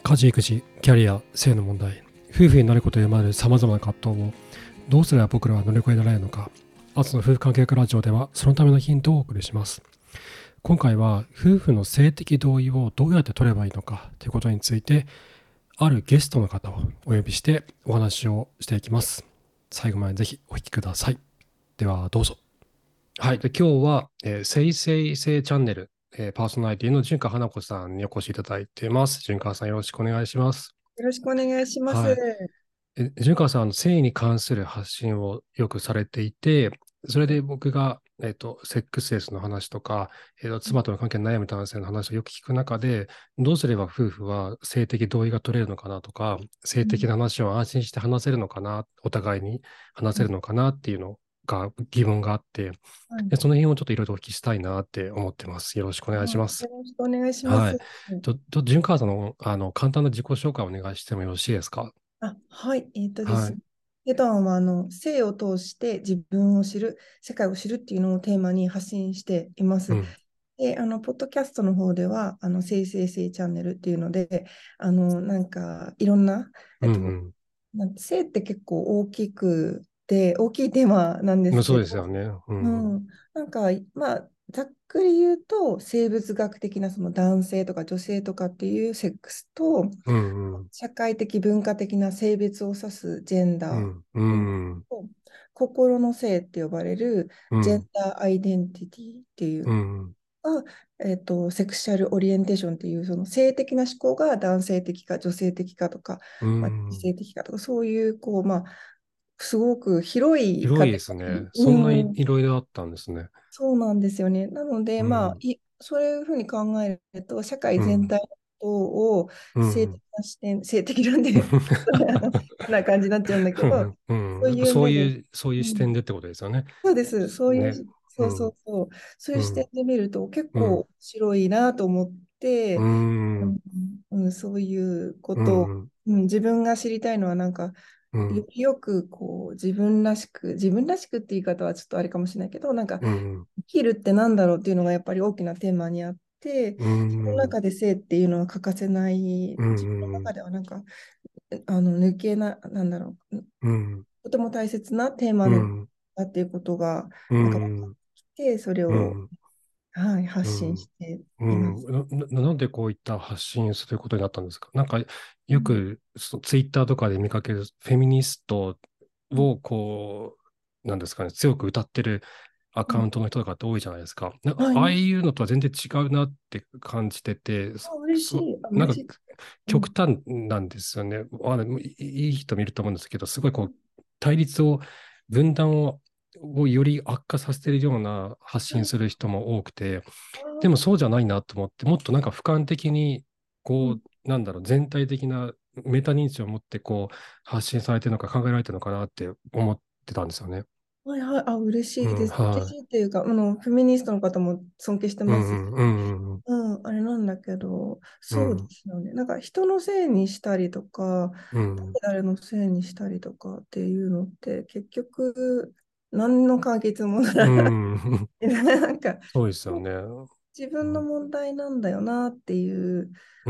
家事育児、キャリア、性の問題、夫婦になることで生まれる様々な葛藤をどうすれば僕らは乗り越えられるのか。アツの夫婦関係学ラジオではそのためのヒントをお送りします。今回は夫婦の性的同意をどうやって取ればいいのかということについて、あるゲストの方をお呼びしてお話をしていきます。最後までぜひお聞きください。ではどうぞ。はい。で今日は、せいせい性チャンネル、パーソナリティの純川花子さんにお越しいただいています。純川さんよろしくお願いします。 よろしくお願いします。 はい。純川さん、性に関する発信をよくされていて、それで僕が、セックスレスの話とか、妻との関係に悩む男性の話をよく聞く中で、どうすれば夫婦は性的同意が取れるのかなとか、性的な話を安心して話せるのかな、お互いに話せるのかなっていうのが疑問があって、 はい。 でその辺をちょっといろいろお聞きしたいなって思ってます。よろしくお願いします。 よろしくお願いしまはい。 す。 純川さんの、簡単な自己紹介をお願いしてもよろしいですか？ はい。ですね。 はい。 普段は、性を通して自分を知る、世界を知るっていうのをテーマに発信しています。 うん。 で、ポッドキャストの方では、生成性チャンネルっていうので、なんか、いろんな、 うん。 性って結構大きくて、大きいテーマなんでまあ、そうすけど、 ですよね。うん。 うん、なんか、まあ、ざっくり言うと、生物学的なその男性とか女性とかっていうセックスと、 うん。 社会的文化的な性別を指すジェンダーっうん。うていうのん。 と、心の性って呼ばれるジェンうん。 ダーアイデンティティっていううん。 が、セクシャルオリエンテーションっていうその性的な思考が男性的か女性的かとか、 うまあ、異ん。 性的かとか、そういうこう、まあ、すごく広いカ広いでテゴリー、 すね。そんないいろいろあったんですね。 そうなんですよね。なので、まあ、 うん。 そういうふうに考えると、社会うん。 全体のことを性的うん。 な視点、性的なんでな感じになっちゃうんだけど、 うん。 そうやっぱいう目で、 そういううん、 視点でってことですよね。 そうです。そういね。 う、そうそううん。 そう、そういう視点うん。 で見ると結うん。 構面白いなと思っうて、うん。 んそういうこうとを、 ん。 自分が知りたいのはなんか、 うん。 よりよくこう自分らしくって言い方はちょっとあれかもしれないけど、なんかうん。 生きるってなんだろうっていうのがやっぱり大きなテーマにあって、 うそのん。 中で性っていうのは欠かせない、 う自分のん。 中ではなんか、抜けな、なんだろう、 うん。 とても大切なテーマのうん。 だっていうことが、 うなんか分かっん。 てきて、それを、 うん。 はい、発信うん。 してういます。 なんでこういった発信することになったんですか？なんか、ようん、 くツイッターとかで見かけるフェミニストうん、 をなんですかね、強く歌ってるアうん。 カウントの人とかって多いじゃないですか。ああはい。 いうのとは全然違うなって感じてて、 嬉しい。 なんか嬉しい。うん。 極端なんですよね。いい人もいると思うんですけど、すごい対立を、分断をより悪化させているような発信する人も多くて、でもそうじゃないなと思って、もっとなんか俯瞰的に、 うん。 全体的なメタ認知を持って発信されてるのか考えられてるのかなって思ってたんですよね。 はいはい。嬉しうん、 いです。嬉はい。 しいっていうか、フェミニストの方も尊敬してますし、 うん、うん、うん、 あれなんだけど、そうでうん、 すよね。なんか人のせいにしたりとか、 うん、 誰のせいにしたりとかっていうのって、結局、何の解決もなうらない。 ん、 なんか、 そうですよね。 自分のうん、 問題なんだよなっていううん、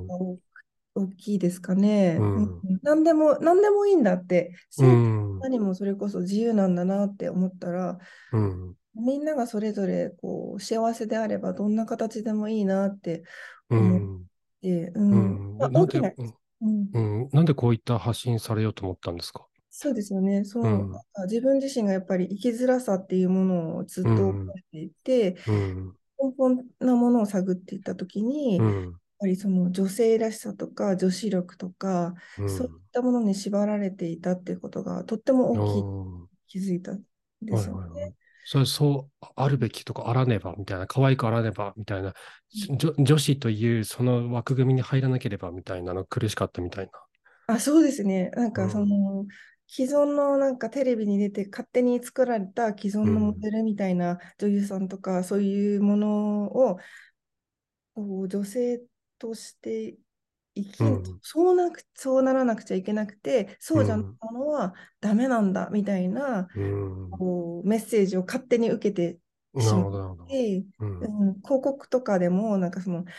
のが大きいですかね。うん、 うん、 何でもいいんだって、 う性ってん、 何もそれこそ自由なんだなって思ったら、 うん、 みんながそれぞれこう幸せであればどんな形でもいいなって思っうん、 て、 うん。 まあ、大きな、 うん、なんでこういった発信されようと思ったんですか？ そうですよね。 うん自分自身がやっぱり生きづらさっていうものをずっとうん覚えていて、 うん、 根本なものを探っていったときに、やっうん、 ぱりその女性らしさとか女子力とか、そういっうん。 たものに縛られていたっていうことがとってもあ大きいあ、 気づいたんではいすよね。 はいはい。そうあるべきとか、あらねばみたいな、可愛くあらねばみたいな、女子というその枠組みに入らなければみたいなの苦しかったみたいな。 そうですね。なんかそうん、 の既存のなんかテレビに出て勝手に作られた既存のモうん、 デルみたいな女優さんとかそういうものをこう女性として生きん、 うん、 そうならなくちゃいけなくて、そうじゃないうん、 ものはダメなんだみたいなうん。 こうメッセージを勝手に受けてしまっなるほど、なるほど。 て、 うん、 広告とかでもなんかその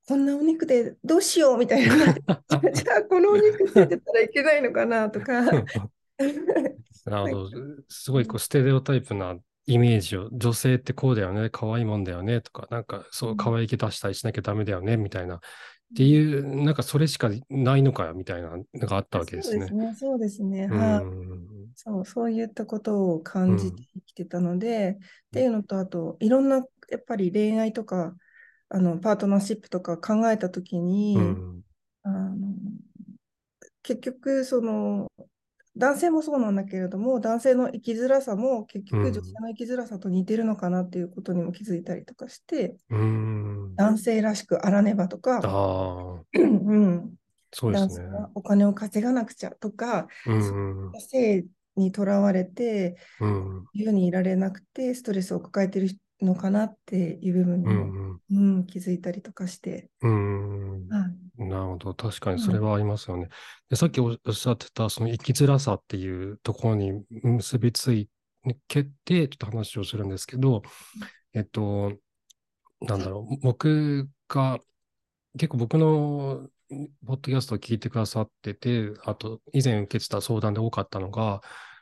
こんなお肉でどうしようみたいな。じゃあ、このお肉捨ててたらいけないのかなとか。 なるほなんかど。すごいこうステレオタイプなイメージを、女性ってこうだよね、可愛いもんだよねとか、なんかそう可愛い気出したりしなきゃダメだよねみたいな、っていう、なんかそれしかないのかよみたいなのがあったわけですね。 そうですね、そうですね。 うーはい。 ん。 そういったことを感じてうん。 きてたので、っていうのと、あと、いろんな、やっぱり恋愛とか、パートナーシップとか考えたときに、 うん。 あの、結局、男性もそうなんだけれども、男性の生きづらさも結局女性うん。 の生きづらさと似てるのかなっていうことにも気づいたりとかして、 うん。 男性らしくあらねばとか、 ああ、 うん、 そうですね。 男性はお金を稼がなくちゃとか、 うそうん。うん。 いった性にとらわれて、 うん。 自由にいられなくて、ストレスを抱えてるのかなっていう部分にも、 うん。 気づいたりとかして、 うん。 はい。 なるほど。確かにそはい。 れはありますよね。で、さっきおっしゃってた、その生きづらさっていうところに結びついて、ちょっと話をするんですけど、えっと、なんだろう。結構僕のポッドキャストを聞いてくださってて、あと、以前受けてた相談で多かったのが、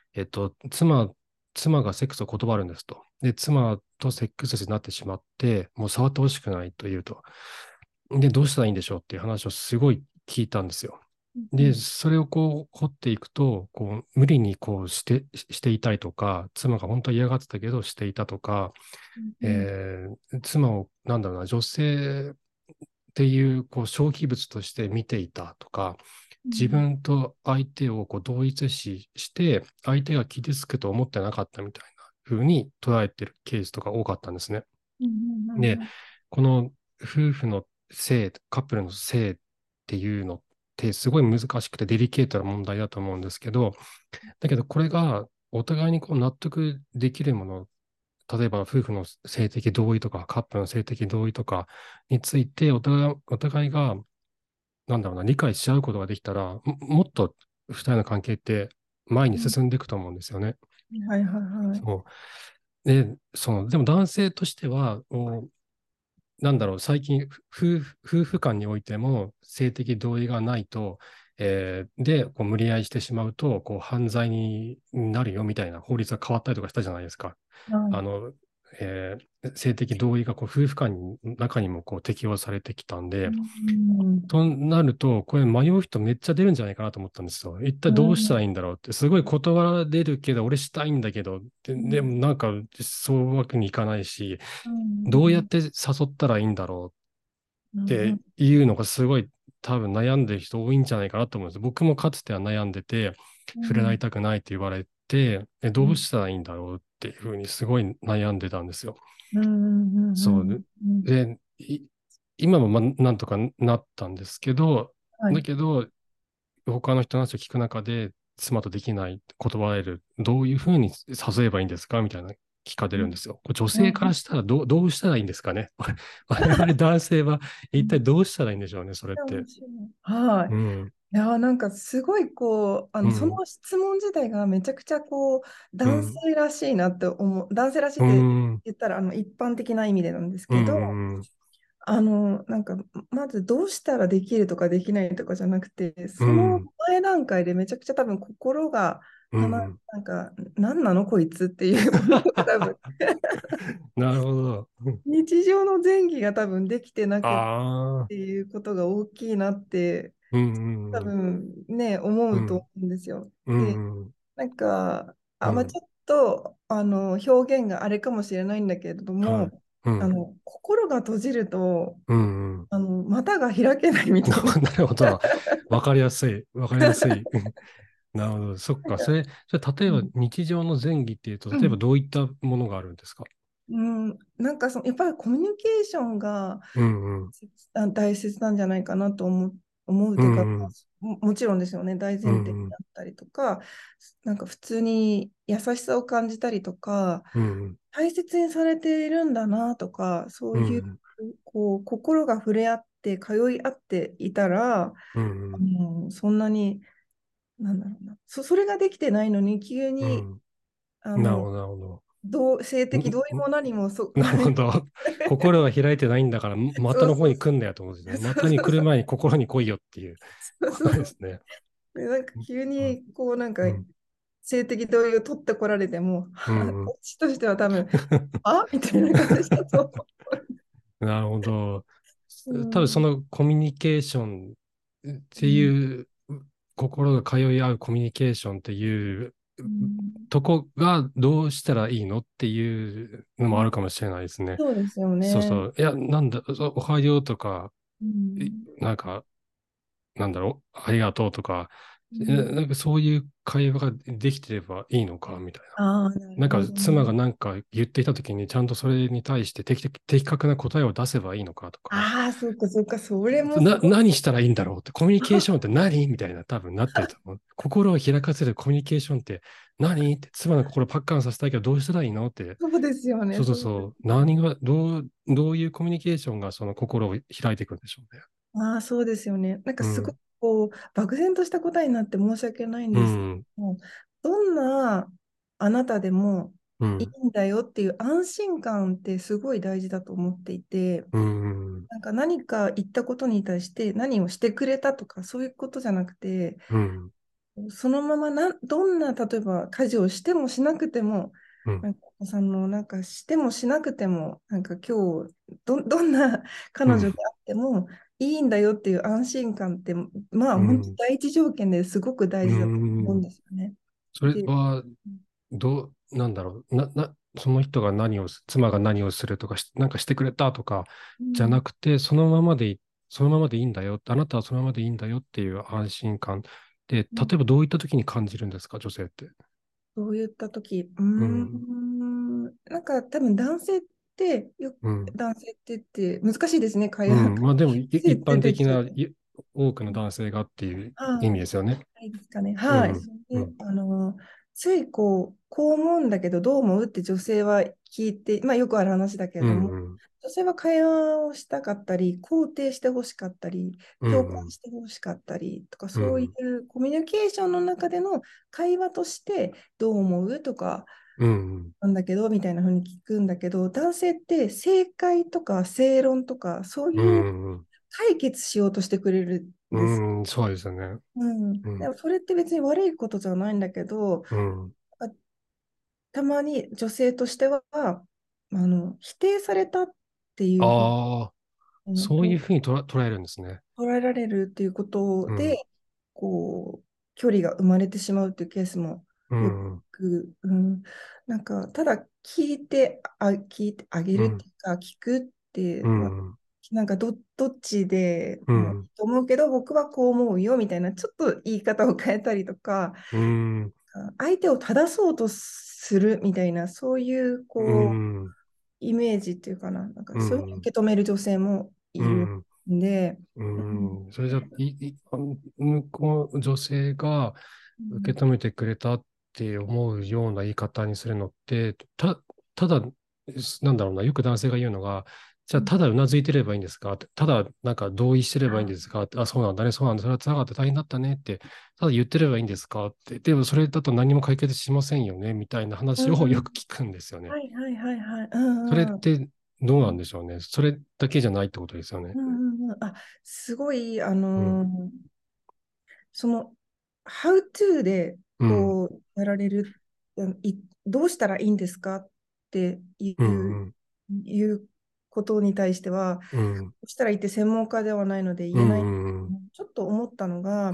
妻がセックスを断るんですと。で、妻とセックスレスになってしまって、もう触ってほしくないというと。で、どうしたらいいんでしょうっていう話をすごい聞いたんですよ。で、それをこう掘っていくと、こう無理にこうしていたりとか、妻が本当は嫌がってたけどしていたとか、妻を、なんだろうな、女性っていうこう消費物として見ていたとか、自分と相手をこう同一視して、相手が傷つくと思ってなかったみたいな風に捉えてるケースとか多かったんですね。で、この夫婦の性、カップルの性っていうのってすごい難しくてデリケートな問題だと思うんですけど、だけどこれがお互いにこう納得できるもの、例えば夫婦の性的同意とかカップルの性的同意とかについてお互いがなんだろうな、理解し合うことができたら、もっと二人の関係って前に進んでいくと思うんですよね。 はいはいはい。 そう。で、でも男性としては、なんだろう、最近、夫婦間においても性的同意がないと、こう無理やりしてしまうと、こう犯罪になるよみたいな法律が変わったりとかしたじゃないですか。 はい。 あの、性的同意がこう夫婦間の中にもこう適用されてきたんで、となると、これ迷う人めっちゃ出るんじゃないかなと思ったんですよ。一体どうしたらいいんだろうって、すごい断られるけど、俺したいんだけど、でもなんかそういうわけにいかないし、どうやって誘ったらいいんだろうっていうのがすごい多分悩んでる人多いんじゃないかなと思うんです。僕もかつては悩んでて、触れ合いたくないって言われて、どうしたらいいんだろうっていうふうにすごい悩んでたんですよ。そう。で、今もなんとかなったんですけど、 はい。 だけど、他の人の話を聞く中で、妻とできない、断られる、どういうふうに誘えばいいんですかみたいな聞かれるんですよ。これ女性からしたらどうしたらいいんですかね我々男性は一体どうしたらいいんでしょうね、それって。 面白い。はい。 うん、 いやー、なんかすごいそうん、 の質問自体がめちゃくちゃ男うん、 性らしいなって男性らしいうってん、 言ったら一般的な意味でなんですうけど、 ん、 なんかまずどうしたらできるとかできないとかじゃなくて、そのうん、 前段階でめちゃくちゃ多分心がなんか、何なのこいつっていうものが多分なるほど。 日常の前期が多分できてなくっああ、 ていうことが大きいなってうん、 多うん、 分ね、思うん、 うと思うんですよ。 うで、 ん、 なんか、まあ、 うん、 ちょっと表現があれかもしれないんだけれどはい、 も、 うん、 心が閉じるとうん、うん。 股が開けないみたいな。 なるほど。わかりやすい。わかりやすい。なるほど。そっか。 なんか、 例えばうん日常の前儀っていうと、 うん例えばどういったものがあるんですか？ なんかやっぱりコミュニケーションがうんうん。 大切なんじゃないかなと思ううというか、 んうん。 もちろんですよね、大前提にうんなったりとか、なんか普通に優しさを感じたりとか、 うん。 大切にされているんだなとか、そういう、 うん。 心が触れ合って、通い合っていたら、 うん。 そんなに、なんだろうな、それができてないのに、急に、 うん。 あの、 なるほど、なるほど。 性的同意も何もなるほど。心は開いてないんだから、股の方そうそうそに来んだよと思うんですね。 う。そ股に来るうそうそう。 前に心に来いよっていうこそうそう。 とですね。 で、なんか急にこうなんかうん。 性的同意を取ってこられても、 うん。うん。 こっちとしては多分、みたいな感じだと思なるほど。 う。 多分そうん。 のコミュニケーションってうん。 いう、心が通い合うコミュニケーションっていううん。 とこがどうしたらいいのっていうのもああ、 るかもしれないですね。 そうですよね。 そうそう。いや、なんだ、おはようとか、 うん。 なんか、なんだろう、ありがとうとか、 うん。 なんかそういう会話ができてればいいのかみたいな。 ああ、なるなんかほどね。 妻がなんか言っていたときにちゃんとそれに対して的確な答えを出せばいいのかとか、 ああ、そっかそっか、それもすごい。 何したらいいんだろうって、コミュニケーションって何みたいな多分なってると思う。心を開かせるコミュニケーションって何って、妻の心パッカンさせたいけどどうしたらいいのって、 そうですよね、 そうそうそうです。 そう、何が、どういうコミュニケーションがその心を開いていくんでしょうね。 ああ、そうですよね。なんかすごくうん、 こう、漠然とした答えになって申し訳ないんですけうん、 ども、どんなあなたでもいうん、 いんだよっていう安心感ってすごい大事だと思っていて、 うん、 なんか何か言ったことに対して何をしてくれたとかそういうことじゃなくて、 うん、 そのままどんな、例えば家事をしてもしなくても、 うん、 なんかお子さんのなんかしてもしなくても、なんか今日どんな彼うん、 女であってもいいんだよっていう安心感って、まあ本当うん、 第一条件ですごく大う事だと思うんん。 ですよね。 それで、 は、なんだろう、その人が妻が何をするとかなんかしてくれたとか、じゃうん、 なくて、そのままでいいんだよ、あなたはそのままでいいんだよっていう安心感で、例うん、 えばどういった時に感じるんですか、女性って。 そういった時、 うん、 なんか多分男性ってうん、 男性って言って難しいですね、会話。 うん。まあでも、 性って一般的な出ちゃうと。 多くの男性がっていう意味ああ、 ですよね。 いいですかね。はい。 うん、 それで、 うん、 ついこう思うんだけど、どう思うって女性は聞いて、まあよくある話だけれうども、 ん、 女性は会話をしたかったり、肯定してほしかったり、 うん、 共感うん、 してほしかったりとか、そういうん、 うコミュニケーションの中での会話として、どう思うとか、 うん、 なんだけど、みたいな風に聞くんだけど、男性って正解とか正論とか、そうういうん、 解決しようとしてくれるんです。 うん、そうですよね。 うん。 うん、 でもそれって別に悪いことじゃないんだけど、 うん。 あたまに女性としては、否定されたっていうふうに、 ああ、そういうふうに捉えるんですね。 捉えられるっていうことで、 うん、 距離が生まれてしまうっていうケースもようん、うん、 く、なんか、ただ聞いてあげるっていうか、聞くっていううのは、 ん、 なんかどっちでもいいうん、 と思うけど、僕はこう思うよみたいな、ちょっと言い方を変えたりとか、 うん、 相手を正そうとするみたいな、そういう、 うん、 イメージっていうかな、なんかそういうふうにうん、 受け止める女性もいるうん、 んで、 ううん、 ん。それじゃ、向こう、女性が受け止めてくれたって思うような言い方にするのって、ただ、なんだろうな、よく男性が言うのが、じゃあ、 うん、 ただうなずいてればいいんですかって、ただ、なんか同意してればいいんあ、 ですかって、あ、そうなんだね、そうなんだ、それは辛かった、大変だったねって、ただ言ってればいいんですかって、でもそれだと何も解決しませんよね、みたいなう話をよん、 く聞くんですよね。 はいはいはいはい、うそれっんうん、 てどうなんでしょうね。それだけじゃないってことですよね。 すごい、 うん。 その、How to でうん。 やられる、どうしたらいいんですかってうん。 いうことに対しては、どうん。 うしたらいいって専門家ではないのでう言えない。 ん。 ちょっと思ったのが、 うん。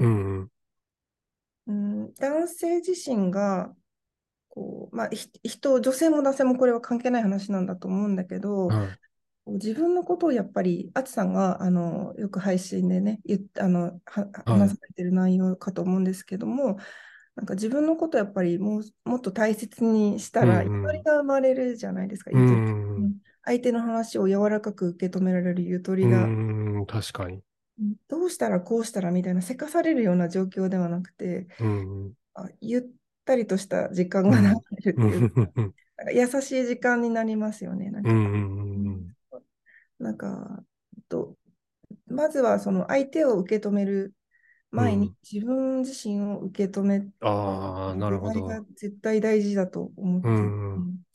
男性自身が、まあ、女性も男性もこれは関係ない話なんだと思うんだけど、 はい。 自分のことをやっぱり、あつさんがよく配信でね、 はい。 話されてる内容かと思うんですけども、なんか自分のことをやっぱりもっと大切にしたうら、ゆとりん。 が生まれるじゃないですか、 うゆとり。 ん。 相手の話を柔らかく受け止められるゆとうりが、 ん。確かに。 どうしたらこうしたらみたいな、せかされるような状況ではなくて、 うん。 ゆったりとした時間が流うん。 れるっうん。 ていうか、なんか優しい時間になりますよね。なんうかうん、 ん。 なんか、と、まずはその相手を受け止める前にうん。 自分自身を受け止めるああ、なる土台がほど。 絶対大事だと思っうていて、 ん。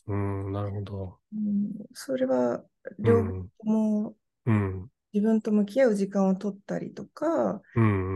うん、なるほど。 それは両方うん、 ともうん、 自分と向き合う時間を取ったりとか、 うん、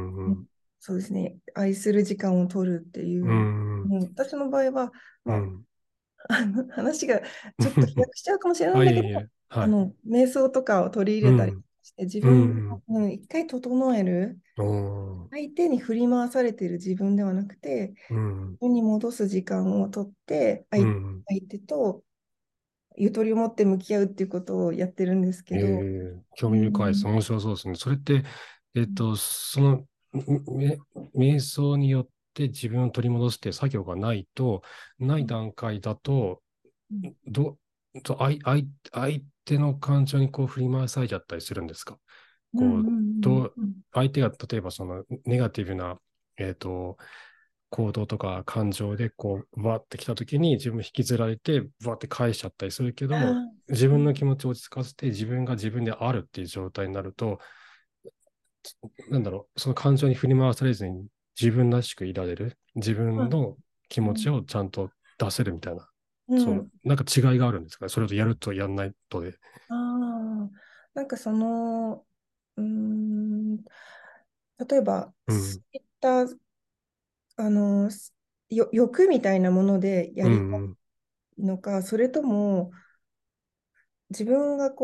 うん、 そうですね、愛する時間を取るっていうう、 ん、 私の場合は、まうん。 あ、話がちょっと飛躍しちゃうかもしれないんあ、 だけど、 いえいえ、はい。 瞑想とかを取り入れたりうん、 して自う分を、 ん、 一回整える、 おー、 相手に振り回されている自分ではなくて、 うん、 自分に戻す時間を取って、 うん。 相手とゆとりを持って向き合うっていうことをやってるんですけど、 興う味深いです。 ん、 面白そうですね。それって、その、瞑想によって自分を取り戻すっていう作業がないと、ない段階だと、 うん、 ど、相手の感情にこう振り回されちゃったりするんですか？ うん、 こう、 うん、 相手が例えばそのネガティブな、えっと、行動とか感情でこう、わってきたときに自分引きずられて、わって返しちゃったりするけども、 あ自ー、うん、 分の気持ちを落ち着かせて自分が自分であるっていう状態になると、なんだろう、その感情に振り回されずに自分らしくいられる、自分の気持ちうん、 をちゃんと出せるみたいな、そう、 うん。 なんか違いがあるんですかね。それとやるとやんないとで。 ああ、なんかうーん、例えば、そうん、 ういった、あの、欲みたいなものでやりたうん、 いのか、それとも、自分が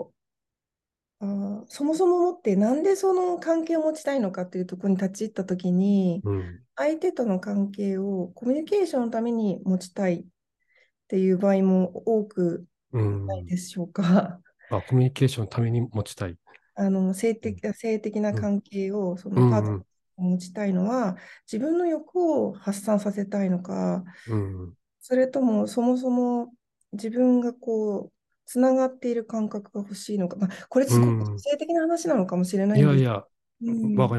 そもそも持ってなんでその関係を持ちたいのかっていうところに立ち入ったときに、 うん、 相手との関係をコミュニケーションのために持ちたいっていう場合も多くうないん。 でしょうか。 あ、コミュニケーションのために持ちたい。うん、 性的なうん、 関係をそうのパートナーん、 と持ちたいのは、自分の欲を発散させたいのか、 うん、 それともそもそも自分がつながっている感覚が欲しいのか、まあ、これうすごくん。 性的な話なのかもしれないんです。 いやいや、 うん。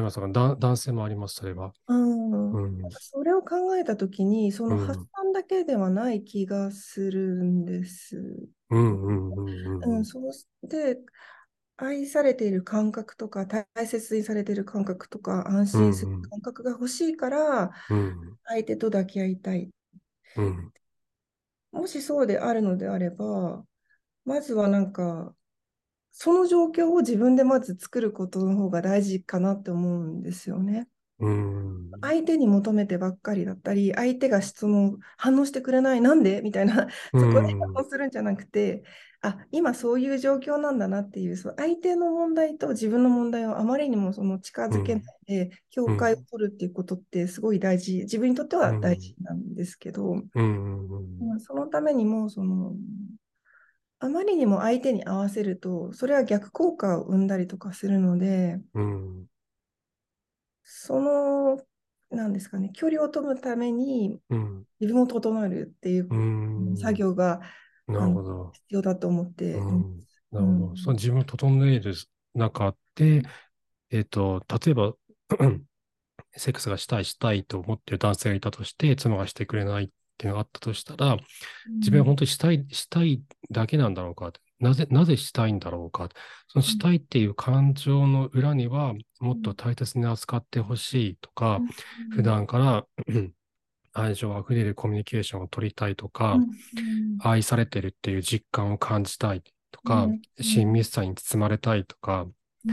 わかりますが、男性もあります、それは。 うん。なんうん、 かそれを考えたときに、その発うん、 散だけではない気がするんです。 うん、うん、うん、うん、 そうして、愛されている感覚とか、大切にされている感覚とか、安う心するん、 感覚が欲しいから、 うん、 相手と抱き合いたい。 うん、 もしそうであるのであれば、まずはなんか、その状況を自分でまず作ることの方が大事かなって思うんですよね。 うん、 相手に求めてばっかりだったり、相手が反応してくれない、なんでみたいな、 うそこでん、 反応するんじゃなくて、今そういう状況なんだなっていう、そう相手の問題と自分の問題をあまりにも近づけないうん、 で、境界をうん、 取るっていうことってすごい大事、自分にとってうは大事ん、 なんですけど、 うん、 そのためにも、あまりにも相手に合わせると、それは逆効果を生んだりとかするので、 うん、 その、なんですかね、距離を取るためにうん、 自分を整えるっていううん、 作業がなあのるほど。 必要だと思っていまうん、 す。 なるほど。そのうん。 自分を整える中で、例えばセックスがしたいと思っている男性がいたとして、妻がしてくれないっていうのがあったとしたら、自分はうん。 本当にしたいだけなんだろうか。なぜしたいんだろうか。そのうん。 したいっていう感情の裏には、もっとうん。 大切に扱ってほしいとか、 うん。 普段から愛情あふれるコミュニケーションを取りたいとか、 うん。うん。 愛されてるっていう実感を感じたいとか、 うん。うん。 親密さに包まれたいとか、 うん。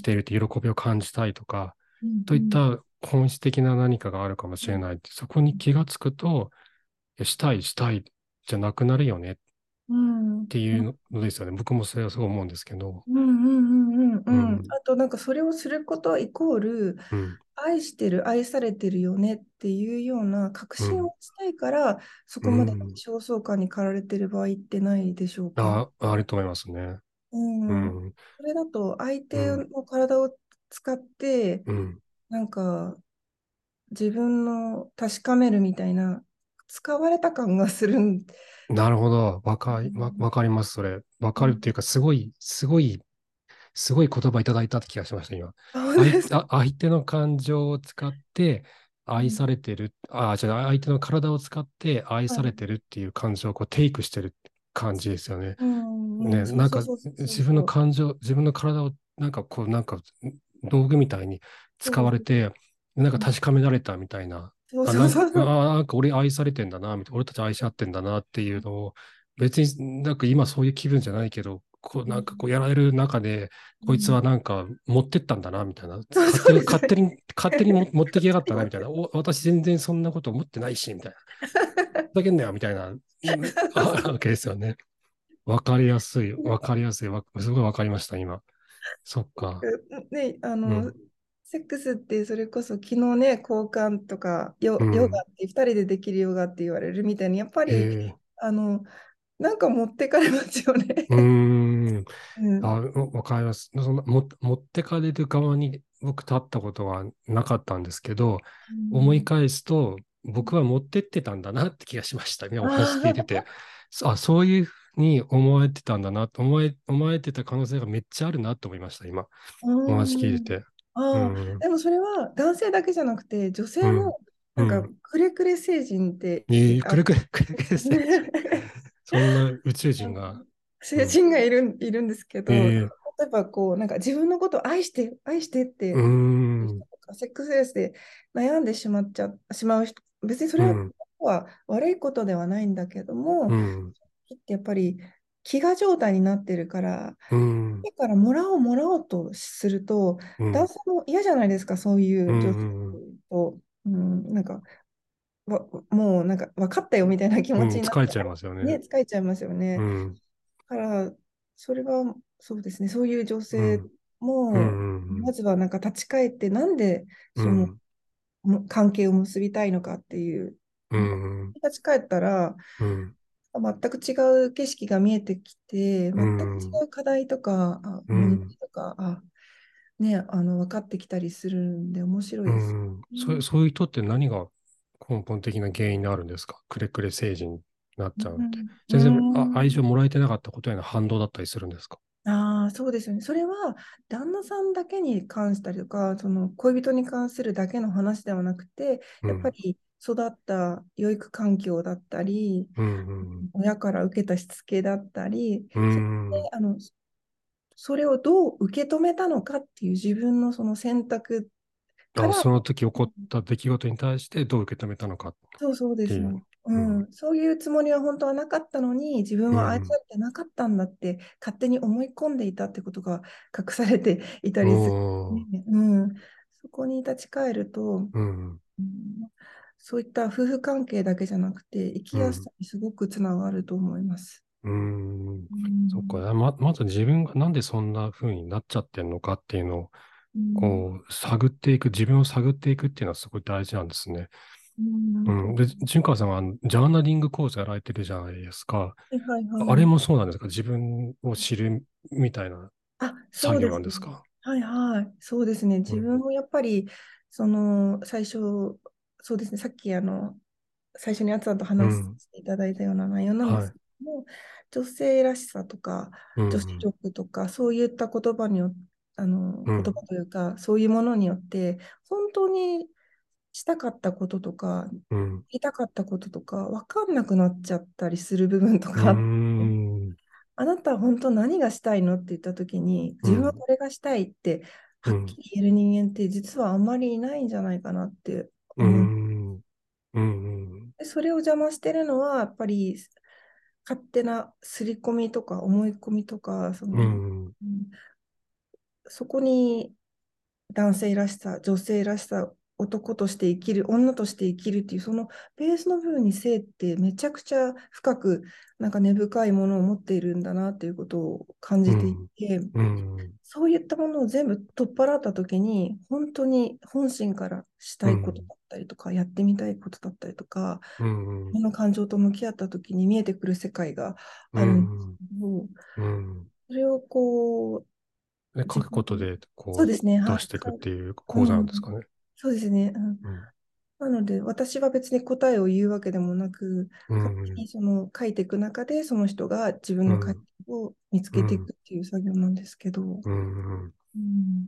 生きていると喜びを感じたいとか、 うん。 といった本質的な何かがあるかもしれない。そこに気がつくと、したいじゃなくなるよねっうん。 ていうのですよね。僕もそれはそう思うんですけど。 うん。うん。うん。うん。 うん、 あと、なんかそれをすることイコール、 うん、 愛してる、愛されてるよねっていうような確うん、 信を持ちたいから、そうこまでん。 焦燥感に駆られてる場合ってないでしょうか。 あると思いますね。ううん。 ん、 それだと、相手うん、 の体を使って、 うん。 なんか、自分の確かめるみたいな、使われた感がするん。 なるほど。わかります、それ。わうん。 かるっていうか、すごい言葉いただいたって気がしました、今。 本当ですか？ 相手の感情を使って愛うん。 されてる、じゃあ相手の体を使って愛はい。 されてるっていう感情をこうテイクしてる感じですよね。 うん、うん、 ね、なんかそうそうそうそうそう。 自分の体をなんか道具みたいに使そうそうわれて、なんかそう。 確かめられたみたいな。 そうあ、 そうそうそう。 なんか俺愛されてんだな、みたいな、俺たち愛し合ってんだなっていうのを、別になんか今そういう気分じゃないけど、こううんなんかこうやられる中で、こいつはうんなんか持ってったんだな、みたいな、 そうそうですね。 勝手に持ってきやがったな、みたいな、私全然そんなこと思ってないし、みたいな、ふざけんなよ、みたいな、あるわけですよね。わかりやすい、わかりやすい、すごいわかりました、今。そっか。 ね、 うん、 セックスってそれこそ昨日ね、交換とかヨガうん。 って2人でできるヨガって言われるみたいに、やっぱりえあのなんか持ってかれますよね。 うーん。 うん。 わかります。持ってかれる側に僕立ったことはなかったんですけど、思いうん返すと、僕は持ってってたんだなって気がしましたね。お話聞いてて。 あそういうふうに思われてたんだな、思われてた可能性がめっちゃあるなと思いました、今。 ーお話聞いうんてて。うあん。 でもそれは男性だけじゃなくて、女うん。 性もなんかうん。 くれくれ星人ってくれくれですね。そんな宇宙人が。うん。 成人がいるんですけど、 えー、 例えばこう、なんか自分のことを愛して、愛してっうーて言う人ん。 とか、セックスレスで悩んでしまう人、別にそれうん。 は悪いことではないんだけども、 うん。 ってやっぱり飢餓状態になってるから、 うん。 だからもらおうとすると、 うん。 男性も嫌じゃないですか、そういうう女性ん。 と、なんか、もうなんか分かったよみたいな気うん。 持ちになって、 疲れちゃいますよね。 ね、疲れちゃいますよね。 うん。 から、それはそうですね、そういう女性うん。うも、まん。 ずはなんか立ち返って、なんでそのうん。 関係を結びたいのかっていう、 うん。 立ち返ったら、 うん。 全く違う景色が見えてきて、 う全くん。 違う課題とか、問うん。 題とか、ね、分かってきたりするんで、面白いです。 うん。 うんそういう人って何が根本的な原因になるんですか？くれくれ成人になっちゃうって。 う全然愛情んもらえてなかったことへの反動だったりするんですか？ ああ、そうですよね。それは旦那さんだけに関したりとか、その恋人に関するだけの話ではなくて、 うん。 やっぱり育った養育環境だったり、 うん。 親から受けたしつけだったり、 うそれん。 でそれをどう受け止めたのかっていう自分のその選択から、 その時起こった出来事に対してどう受け止めたのかっそうでていう。 すよ。ううん。 そういうつもりは本当はなかったのに、自分は愛さうん。 れてなかったんだって勝手に思い込んでいたってことが隠されていたおりする。 ー。 ねそこに立ち返ると、 うん。 そういった夫婦関係だけじゃなくて、生きうん。 やすさにすごくつながると思います。 うーん。 うそっか。 んまず自分がなんでそんな風になっちゃってんのかっていうのを、 うんこう、探っていく、自分を探っていくっていうのはすごい大事なんですね。 うんそううん。で、純川さんはジャーナリング講座やられてるじゃないですか。 はいあれはい。 もそうなんですか？自分を知るみたいなそ作業うですね。 なんですか？ はいはい。そうですね。 うん。 自分もやっぱり、最初、そうですね。さっき、最初にあつさんと話しうん。 ていただいたような内容なんではい。 すけども、女性らしさとか、女性うん。 力とか、そういった言葉によ言葉うん。 というか、そういうものによって、本当にしたかったこととか、 うん。 言いたかったこととか、分かんなくなっちゃったりする部分とうかあって、 ん。 あなたは本当何がしたいのって言ったときに、 うん。 自分はこれがしたいってはっきうん。 り言える人間って実はあんまりいないんじゃないかなってう思う。 ん。うん。 でそれを邪魔してるのは、やっぱり勝手な刷り込みとか思い込みとか、 うん。 そこに男性らしさ、女性らしさ、男として生きる、女として生きるっていう、そのベースの部分に性ってめちゃくちゃ深く、なんか根深いものを持っているんだなっていうことを感じていうん。 て、 うん。 そういったものを全部取っ払ったときに、本当に本心からしたいことうん。 だったりとか、やってみたいことだったりとか、 うん。 この感情と向き合ったときに見えてくる世界がうあるんですん。 けど、 うん。 それをこう、 で、書自分、 くことで、こう、 そうですね、 出していくっていう講座うん、 なんですかね。 そうですね。 うん。 なので、私は別に答えを言うわけでもなく、 う勝手ん。 にその書いていく中で、その人が自分の解うん。 答を見つけていうん。 くっていう作業なんですけど、 うん。 うん、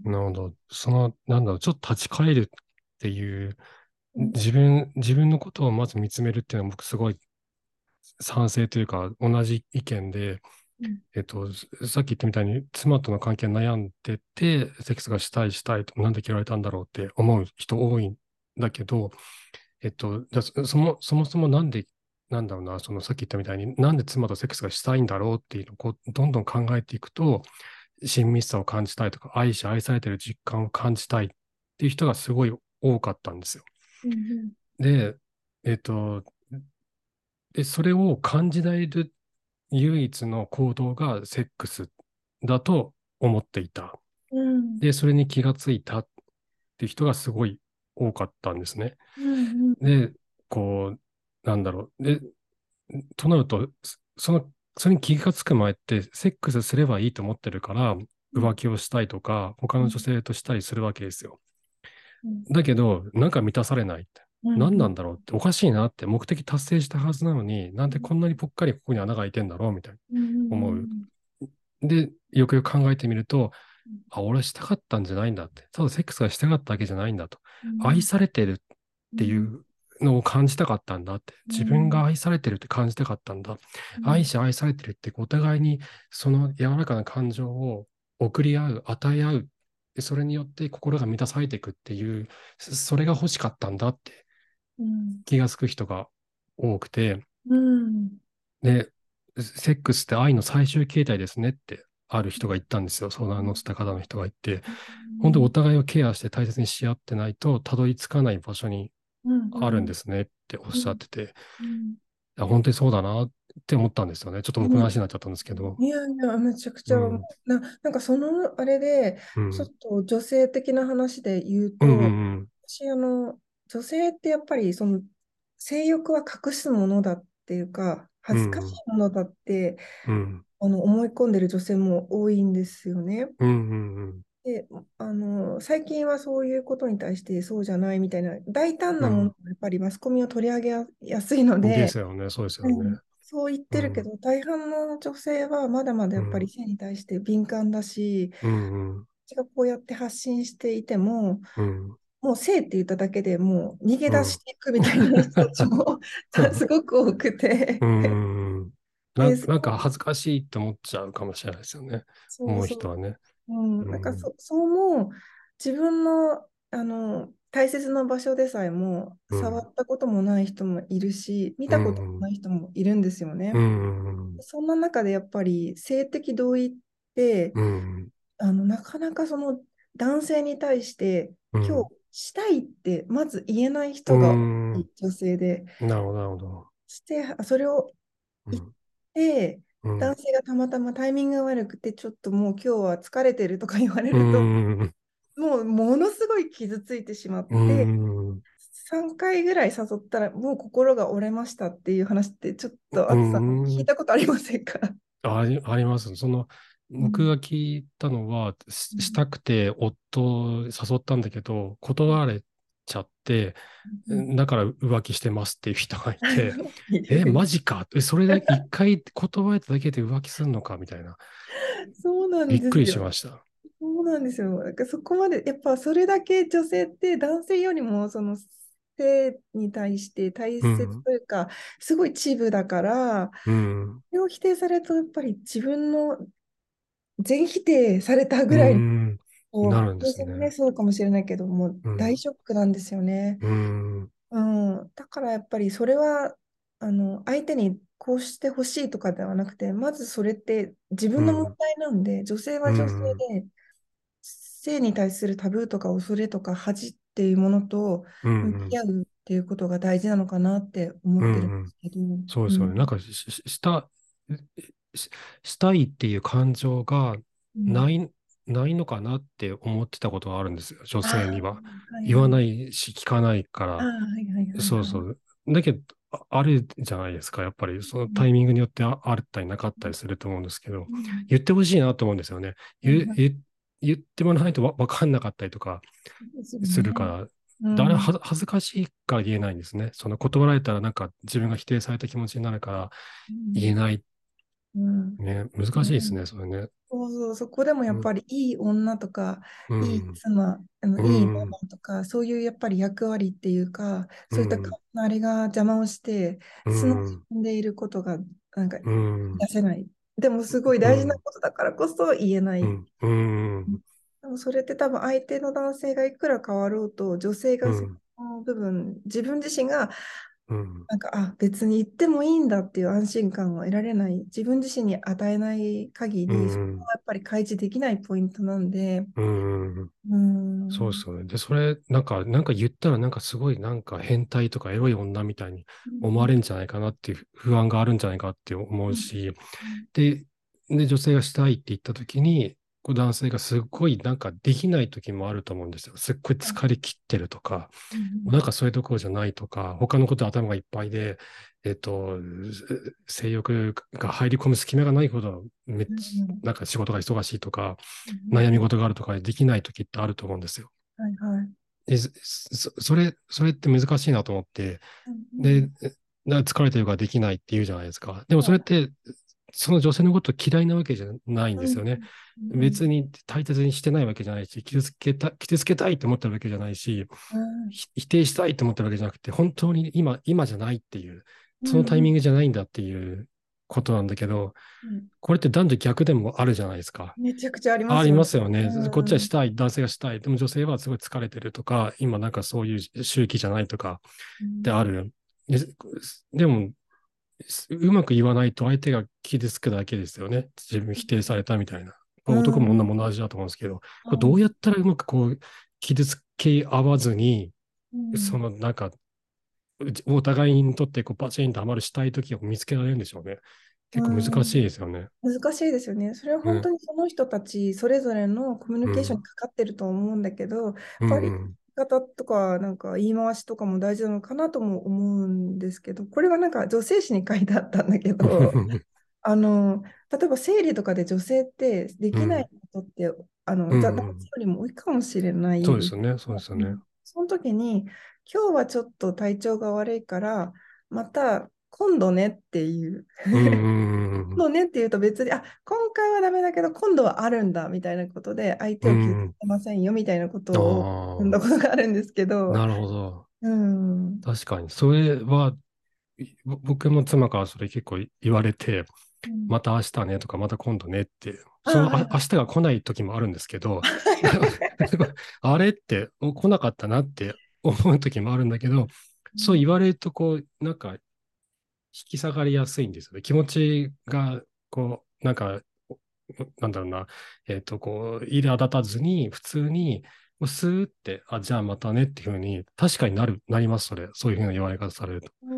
なるほど。なんだろう、ちょっと立ち返るっていう、 うん自分のことをまず見つめるっていうのは僕すごい賛成というか同じ意見で、 うんさっき言ったみたいに妻との関係に悩んでて、セックスがしたいと、なんで嫌われたんだろうって思う人多いんだけど、 じゃあそもそもなんで、なんだろうな、そのさっき言ったみたいに、なんで妻とセックスがしたいんだろうっていうのをこうどんどん考えていくと、親密さを感じたいとか、愛し愛されてる実感を感じたいっていう人がすごい多かったんですよ。 うんで、えっと、それを感じられる唯一の行動がセックスだと思っていた。 うんで、それに気がついたっていう人がすごい多かったんですね。 うんうんで、こう、なんだろう。で、となると、それに気がつく前って、セックスすればいいと思ってるから、 うん浮気をしたいとか、他の女性としたりするわけですよ。 うんだけど、なんか満たされないって。何なうんんだろうって、おかしいなって、目的達成したはずなのに、なんでこんなにぽっかりここに穴が開いてんだろうみたいなうん思う。で、よくよく考えてみると、あ、俺はしたかったんじゃないんだって。ただセックスがしたかったわけじゃないんだと。愛されてるっていうのを感じたかったんだって。自分が愛されてるって感じたかったんだ。愛し愛されてるってお互いにその柔らかな感情を送り合う、与え合う。でそれによって心が満たされていくっていう、それが欲しかったんだって気がつく人が多くて、で、セックスって愛の最終形態ですねってある人が言ったんですよ。相談に乗せた方の人が言って、本当にお互いをケアして大切にし合ってないとたどり着かない場所にあるんですねっておっしゃってて、いや本当にそうだなって思ったんですよね。ちょっと僕の話になっちゃったんですけど。 いやいや、めちゃくちゃ、 うん、 なんかそのあれで、ちょっうん、 と女性的な話で言ううん、うと、 ん、 私、女性ってやっぱりその性欲は隠すものだっていうか、恥ずかしうん、 いものだってうん、 思い込んでる女性も多いんですよね。 うん、うん、 で、最近はそういうことに対してそうじゃないみたいな大胆なものうん、 がやっぱりマスコミを取り上げやすいのうん。でで、 すよね、そうですよね。 うん、そう言っうん、 てるけど、大半の女性はまだまだやっぱりうん、 性に対して敏感だし、 うん、うん、 私がこうやって発信していても、 うん、 もう性って言っただけでもう逃げうん。 出していくみたいな人たちもすごく多くて、 うん、 で、 なんか恥ずかしいって思っちゃうかもしれないですよね。思うそうそう、 人はね。うなんかん、 そうも自分の、大切な場所でさえもうん、 触ったこともない人もいるし、見うたこともん、 ない人もいるんですようね。 ん、 そんな中でやっぱり性的同意って、 うん、 なかなかその男性に対して今うん、 日したいってまず言えないう人が多ん、 い女性で、 なるほど、なるほど。 それを言っうん、 て、 うん、 男性がたまたまタイミングが悪くて、ちょっともう今日は疲れてるとか言われうると、 ん、 もうものすごい傷ついてしまっうて、 ん、 3回ぐらい誘ったらもう心が折れましたっていう話ってちょっとうあつさん聞いん、 たことありませんか？ あります。僕が聞いたのは、したくて夫を誘ったんだけど、断られちゃって、だから浮気してますっていう人がいて、マジかそれだけ一回断られただけで浮気するのかみたいな。 そうなんびっくりしですよ。 ました。 そうなんですよ。なんかそこまで、やっぱそれだけ女性って男性よりもその性に対して大切うん、 というか、すごいチブだから、 うん、 それを否定されると、やっぱり自分の全否定されたうぐらいの、 ん、なるんで女性もね、 すね。 そうかもしれないけど、もううん、 大ショックなんですよね。 うん、 うん、だからやっぱりそれは相手にこうしてほしいとかではなくて、まずそれって自分の問うん、 題なんで、女性うは女性ん、 で性に対するタブーとか恐れとか恥っていうものとうん、 向き合うっていうことが大事なのかなって思ってるんでうん、 すけど、 そうですよね。なんかししたいっていう感情がうん、 ない、ないのかなって思ってたことがあるんですよ。女ああ、 性には。言わなはいはい。 いし、聞かないかああ、 ら。 はいはいはいはい。 そうそう。だけど、あるじゃないですか。やっぱり、そのタイミングによってあったりなかったりすると思うんですけど、 うん、 言ってほしいなと思うんですよね。 はいはい。 言ってもらわないとわかんなかったりとかですよするかね。 ら、 うん。 恥ずかしいから言えないんですね。その断られたらなんか自分が否定された気持ちになるからうん。 言えない。 うん。 ね、難しいですね、 うん、 それね。 そうそう、そこでもやうん、 っぱりいい女とか、いいうん、 妻、 ういいマん、 マとか、そういうやっぱり役割っていうか、そういったうん、 あれが邪魔をして、 う素の自ん、 分でいることがなんかうん、 出せない。でもすごい大事なうん、 ことだからこそ言えない。 うん、うん、 でもそれって多分相手の男性がいくら変わろうと、女性がうん、 の部分、自分自身がうん。 なんか、別に行ってもいいんだっていう安心感を得られない、自分自身に与えない限うり、そこん。 はやっぱり開示できないポイントなんで、 うん。 うーん、 そうですよね。で、それ、なんか言ったら、なんかすごい、なんか変態とかエロい女みたいに思われるんじゃないかなっていう不安があるんじゃないかって思うし、で、女性がしたいって言った時に、こう男性がすっごいなんかできない時もあると思うんですよ。すっごい疲れ切ってるとか、なんかそういうところじゃないとか、他のことで頭がいっぱいで、えっと、性欲が入り込む隙間がないほどなんか仕事が忙しいとか、悩み事があるとかできない時ってあると思うんですよ。 はいはい。 で、それって難しいなと思って、で、疲れてるからできないって言うじゃないですか。でもそれって、その女性のこと嫌いなわけじゃないんですよね。別に大切にしてないわけじゃないし、傷つけたいって思ってるわけじゃないし、否定したいって思ってるわけじゃなくて、本当に今じゃないっていう、そのタイミングじゃないんだっていうことなんだけど、これって男女逆でもあるじゃないですか。 めちゃくちゃありまありすよね。 ますよね。こっちうん。 はしたい、男性がしたい。でも女性はすごい疲れてるとか、今なんかそういう周期じゃないとかってある。で、でも、うまく言わないと相手が傷つくだけですよね。自分否定されたみたいな。 う男も女ん。 も同じだと思うんですけど、これどううん。 やったらうまくこう、傷つけ合わずに、 うん。 そのなんか、お互いにとってこうバチンとはまるしたい時を見つけられるんでしょうね。 う結構難しいん。 ですよね。 難しいですよね。それは本ね。 当にその人たちそれぞれのコミュニケーションにうん。 かかってると思うんだけど、やっうぱりん。 言い方とか、なんか言い回しとかも大事なのかなとも思うんですけど、これはなんか女性誌に書いてあったんだけど、あの、例えば生理とかで女性ってでうん。 きないことって、 うん。 男うん。 性よりも多いかもしれないです。 そうですよね。そうですよね。 その時に、今日はちょっと体調が悪いから、また今度ねっていう。 うん。うん。 今度ねっていうと別に、今回はダメだけど、今度はあるんだみたいなことで、相手を傷つうん。 けませんよみたいなことを読んああ、 だことがあるんですけど、 なるほど。 うん。 確かに。それは、僕も妻からそれ結構言われて、 うん。 また明日ねとか、また今度ねって、 はいはい。 明日が来ない時もあるんですけど、あれって来なかったなって思う時もあるんだけど、そう言われると、こう、なんか、引き下がりやすいんですよね。気持ちが、こう、なんか、なんだろうな、こう、苛立たずに、普通に、もうスーって、じゃあまたねっていうふうに、確かになります、それ。そういうふうな言われ方されると。 うん。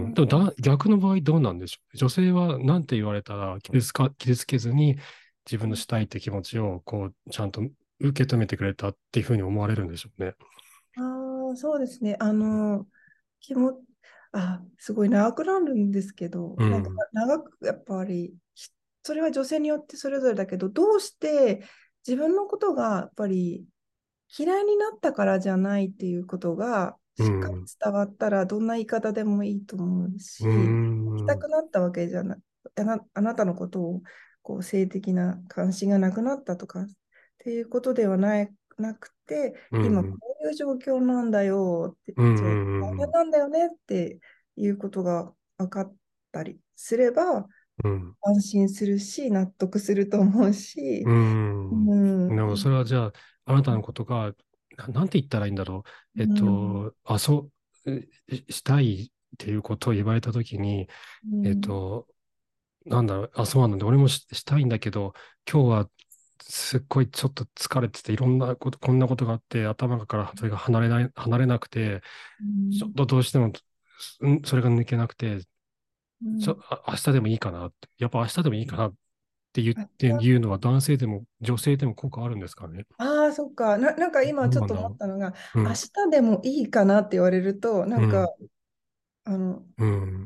うん。 うん。 でも逆の場合どうなんでしょう。女性は何て言われたら傷つけずに自分のしたいって気持ちをこうちゃんと受け止めてくれたっていうふうに思われるんでしょうね。 そうですね。気も、すごい長くなるんですけど、なんかうん。 長くやっぱり、それは女性によってそれぞれだけど、どうして自分のことがやっぱり嫌いになったからじゃないっていうことがしっかりうん。 伝わったら、どんな言い方でもいいと思ううし、行きたん。 くなったわけじゃなあなたのことをこう性的な関心がなくなったとかっていうことではなくて、今こうん。 ういう状況なんだよって、 うん。 そう、 うん。 大変なんだよねっていうことが分かったりすれば、 うん。 安心するし、納得すると思うし、 うん。 うん、 でもいい。 それはじゃあ、あなたのことが、なんて言ったらいいんだろう。 うん、 したいっていうことを言われたときに、えっうん、 と、なんだろう、そうなんだ。俺もしたいんだけど、今日はすっごいちょっと疲れてて、いろんなこと、こんなことがあって、頭からそれが離れなくて、 うん、 ちょっとどうしても、それが抜けなくて、 うん。 明日でもいいかなって、やっぱ明日でもいいかなってあ、 言うのは男性でも女性でも効果あるんですかね。 そっか。なんか今ちょっとどうなんだろ思ったのが、 う。う明ん、 日でもいいかなって言われると、なんか、 うん、 あの、 うん、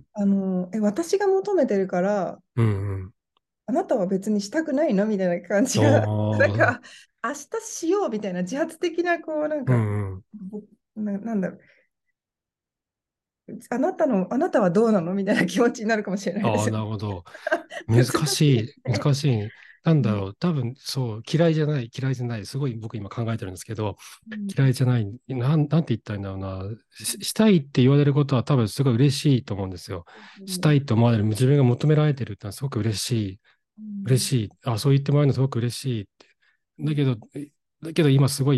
私が求めてるから、 うん、 あなたは別にしたくないのみたいな感じあが、なんあ、 か、明日しようみたいな自発的な、こう、なんか、 うん、うん。 ぼなんだろう、あなたはどうなのみたいな気持ちになるかもしれないでああ、 すよね。 なるほど。難難しいでしい、 すね。 難しい。なんうん。 だろう、多分そう、嫌いじゃない。すごい僕今考えてるんですけど、 うん。 嫌いじゃない。なんて言ったらいいんだろうな。したいって言われることは多分すごい嬉しいと思うんですよ。したいと思われる、自分が求められてるってのはすごく嬉しい。 うん。 嬉しい。そう言ってもらえるのすごく嬉しいって。だけど、今すごい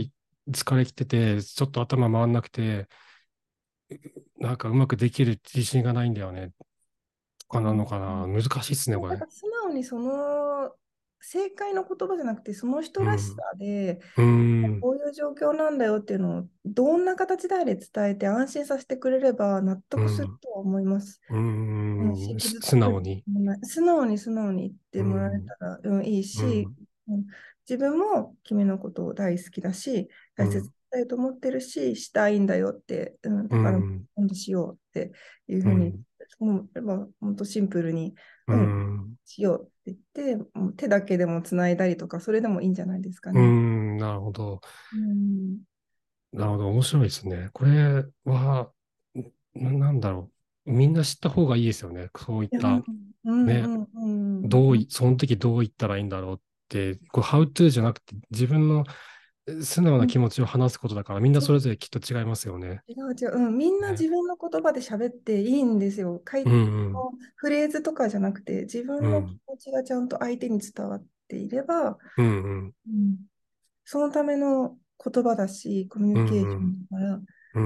疲れきてて、ちょっと頭回んなくて、なんかうまくできる自信がないんだよね。とかなのうん、 かな。難しいっすね、これ。 なんか素直にその正解の言葉じゃなくて、その人らしさうん。 で、 うん。 こういう状況なんだよっていうのを、どんな形であれ伝えて安心させてくれれば納得するうん。 とは思います。 ううん、し、 ん。 傷つく素直に。 素直に言ってもらえうん。 たら、うん、いいし、 うん。 うん、自分も君のことを大好きだし、大切にうん。 したいと思ってるし、したいんだよって、うん、 うだからん。 今度しようっていうふうに、 うん。 もう、まあ、本当シンプルに、 ううん、 ん。 しようって言って、もう手だけでもつないだりとか、それでもいいんじゃないですかうね。 ん。なるほど。 うん、 なるほど。面白いですね。これは、なんだろう。みんな知った方がいいですよね。そういっうん、 た、 うん、 ね、 うん、うん、うん、 その時どう言ったらいいんだろうって、こう、how to じゃなくて、自分の素直うん、 な気持ちを話すことだから、みんなそう、 それぞれきっと違いますよね。 違う違う、うん、みんなね。 自分の言葉で喋っていいんですよ。 うん、 フレーズとかじゃなくて、自分の気うん、 持ちがちゃんと相手に伝わっていれば、 うん、うん、 うん、そのための言葉だし、コミュうニケーショん、 ンだから、 うん、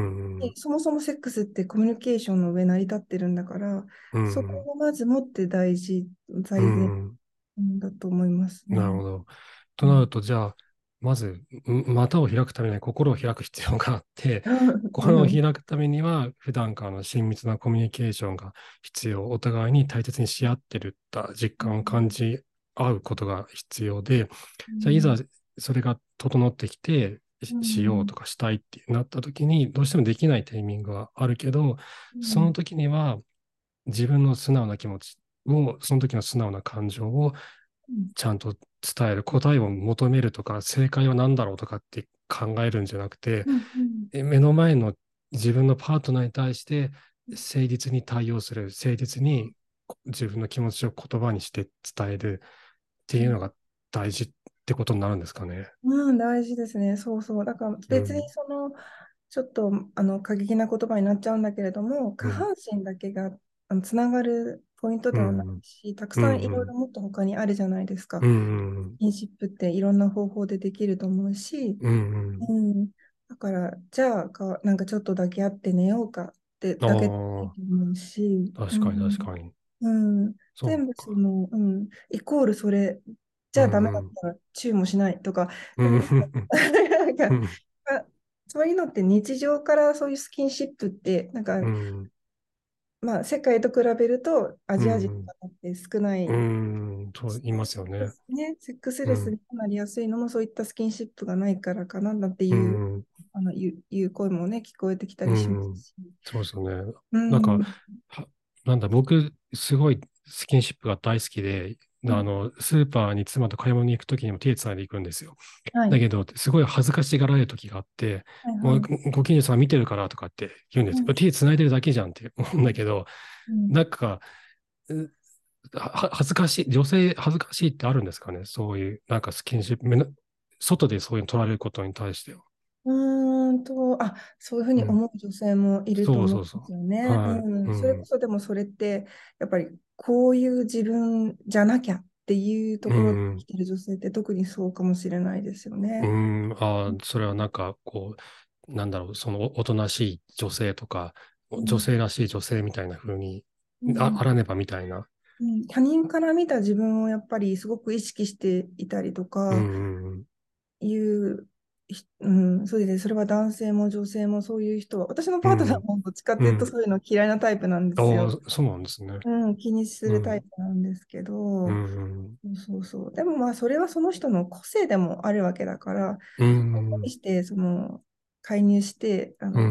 でそもそもセックスってコミュニケーションの上成り立ってるんだから、 うん、 そこをまず持ってう財前ん、 だと思いますね。 なるほど。 うん。 となると、じゃあ、まず、股を開くためには心を開く必要があって、心を開くためには、普段からの親密なコミュニケーションが必要。お互いに大切にし合ってるった実感を感じ合うことが必要で、じゃあ、いざそれが整ってきて、しようとかしたいってなった時に、どうしてもできないタイミングがあるけど、その時には自分の素直な気持ちを、その時の素直な感情をちゃんと伝える、答えを求めるとか、正解は何だろうとかって考えるんじゃなくて、目の前の自分のパートナーに対して誠実に対応する、誠実に自分の気持ちを言葉にして伝えるっていうのが大事ってことになるんですかね。 うん、大事ですね。そうそう。だから別にうん、 ちょっと過激な言葉になっちゃうんだけれども、下うん、 半身だけがつながるポイントではないうん、 し、たくうさんいろいん、 ろもっと他にあるじゃないですか。 うん、 スキンシップっていろんな方法でできると思うし、 うん、 うん。だから、じゃあなんかちょっとだけ会って寝ようかってあだけでいいあ、 と思うし、う確かに確ん。 かに。 うん。全部そうか。 イコールそれ、じうゃあダメだっん、 たらチューもしないとか、 うん、 でもなんか、 うん、 そういうのって日常からそういうスキンシップって、なんか、 うん、 まあ、世界と比べるとアジア人うん、 の方って少なうい。 ん、そう言いますよね。 セックスうん、 レスになりやすいのもそういったスキンシップがないからかななんてういう、 ん、 いう声もね、聞こえてきたうりしまん、 すし。 そうですよね。 うなんか、 ん。 はなんだ、僕、すごいスキンシップが大好きで、スーパーに妻と買い物に行くときにも手つないで行くんですよ。 はい。 だけど、すごい恥ずかしがられるときがあって、もうはいはい。 ご近所さん見てるからとかって言うんですよ。 うん。 手つないでるだけじゃんって思うんだけど、 うん。 なんか、う恥ずかしい、恥ずかしいってあるんですかね、そういう、なんかスキンシップ、外でそういうの取られることに対しては。 そういうふうにうん。 思う女性もいるとそう思うんでそうそすよね。 う。はい。 うん。それこうん。 そでもそれって、やっぱりこういう自分じゃなきゃっていうとうころで生ん。 きてる女性って特にそうかもしれないですようね。 ん。それはなんか、こう、なんだろう、そのおとなしい女性とか、女うん。 性らしい女性みたいな風に、 うんあらねばみたいな。 うん、他人から見た自分をやっぱりすごく意識していたりとうかん。 いうそうですね。それは男性も女性もそういう人は、私のパートナーうん。 もどっちかっていうとうん。 そういうの嫌いなタイプなんですよ。 ああ、そうなんですね。 うん、気にするタイうん。 プなんですけうど、 ん。 そうそうそう。でもまあ、それはその人の個性でもあるわけだから、 うそこにん。 して、介入して、 うん。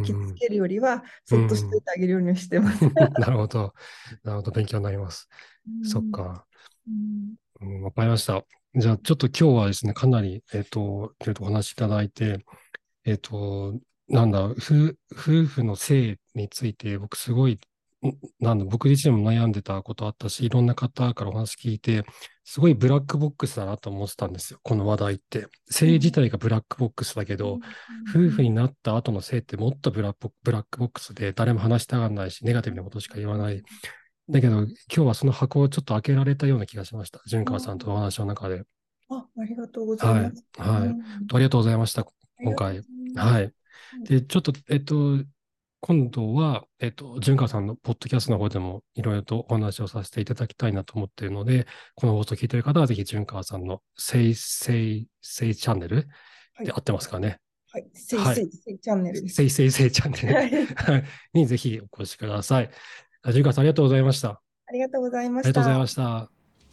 傷つけるよりは、 うそっとしておいん。 てあげるようにしてます。 なるほど。なるほど。勉強になります。 うそっんか。 うんわかりました。じゃあ、ちょっと今日はですね、かなり、お話しいただいて、えっと、夫婦の性について、僕すごい、僕自身も悩んでたことあったし、いろんな方からお話聞いて、すごいブラックボックスだなと思ってたんですよ、この話題って。性自体がブラックボックスだけど、夫婦になった後の性ってもっとブラックボックスで、誰も話したがらないし、ネガティブなことしか言わない。だけど、今日はその箱をちょっと開けられたような気がしました。純川さんとお話の中で。 ありがとうございはい。 ます。うはい。 んありがとうございました。 ありがとうご今回。 ざいます。 はい。で、ちょっと、今度は、純川さんのポッドキャストの方でもいろいろとお話をさせていただきたいなと思っているので、この放送を聞いている方はぜひ純川さんのせいチャンネルはい。 で合ってますかね。 はい。せいはい。 せいせいチャンネルです。 せいチャンネルはい。 はいにぜひお越しください。純川さんありがとうございました。あありがとうございまりがとうございました。 した。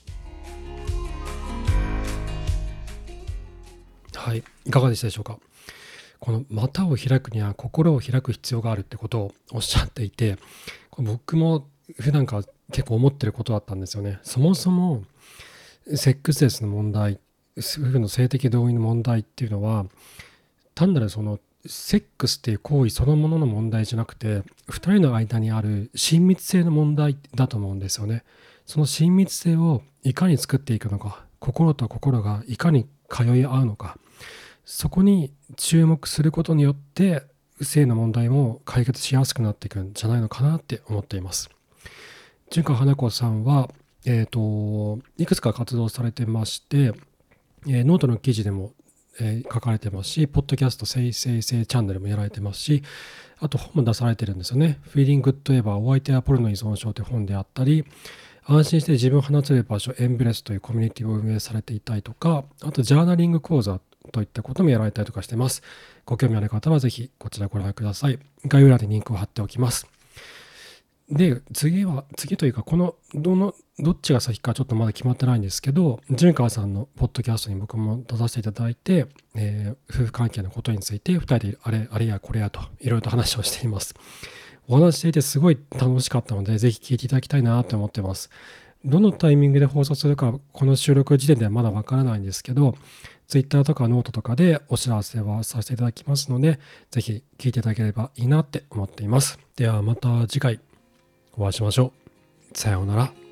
はい。いかがでしたでしょうか。この股を開くには心を開く必要があるってことをおっしゃっていて、これ僕も普段から結構思ってることだったんですよね。そもそもセックスレスの問題、夫婦の性的同意の問題っていうのは、単なるそのセックスっていう行為そのものの問題じゃなくて、2人の間にある親密性の問題だと思うんですよね。その親密性をいかに作っていくのか、心と心がいかに通い合うのか、そこに注目することによって性の問題も解決しやすくなっていくんじゃないのかなって思っています。純川花子さんは、いくつか活動されてまして、ノートの記事でも、書かれてますし、ポッドキャスト生成性チャンネルもやられてますし、あと本も出されてるんですよね。Feeling Good Ever お相手はポルノ依存症という本であったり、安心して自分を放つ場所エンブレスというコミュニティを運営されていたりとか、あとジャーナリング講座といったこともやられたりとかしてます。ご興味ある方はぜひこちらご覧ください。概要欄にリンクを貼っておきます。で、次というか、どっちが先かちょっとまだ決まってないんですけど、純川さんのポッドキャストに僕も出させていただいて、夫婦関係のことについて2人であれやこれやといろいろと話をしています。お話ししていてすごい楽しかったので、ぜひ聞いていただきたいなと思ってます。どのタイミングで放送するか、この収録時点ではまだわからないんですけど、Twitter とかノートとかでお知らせはさせていただきますので、ぜひ聞いていただければいいなって思っています。ではまた次回お会いしましょう。さようなら。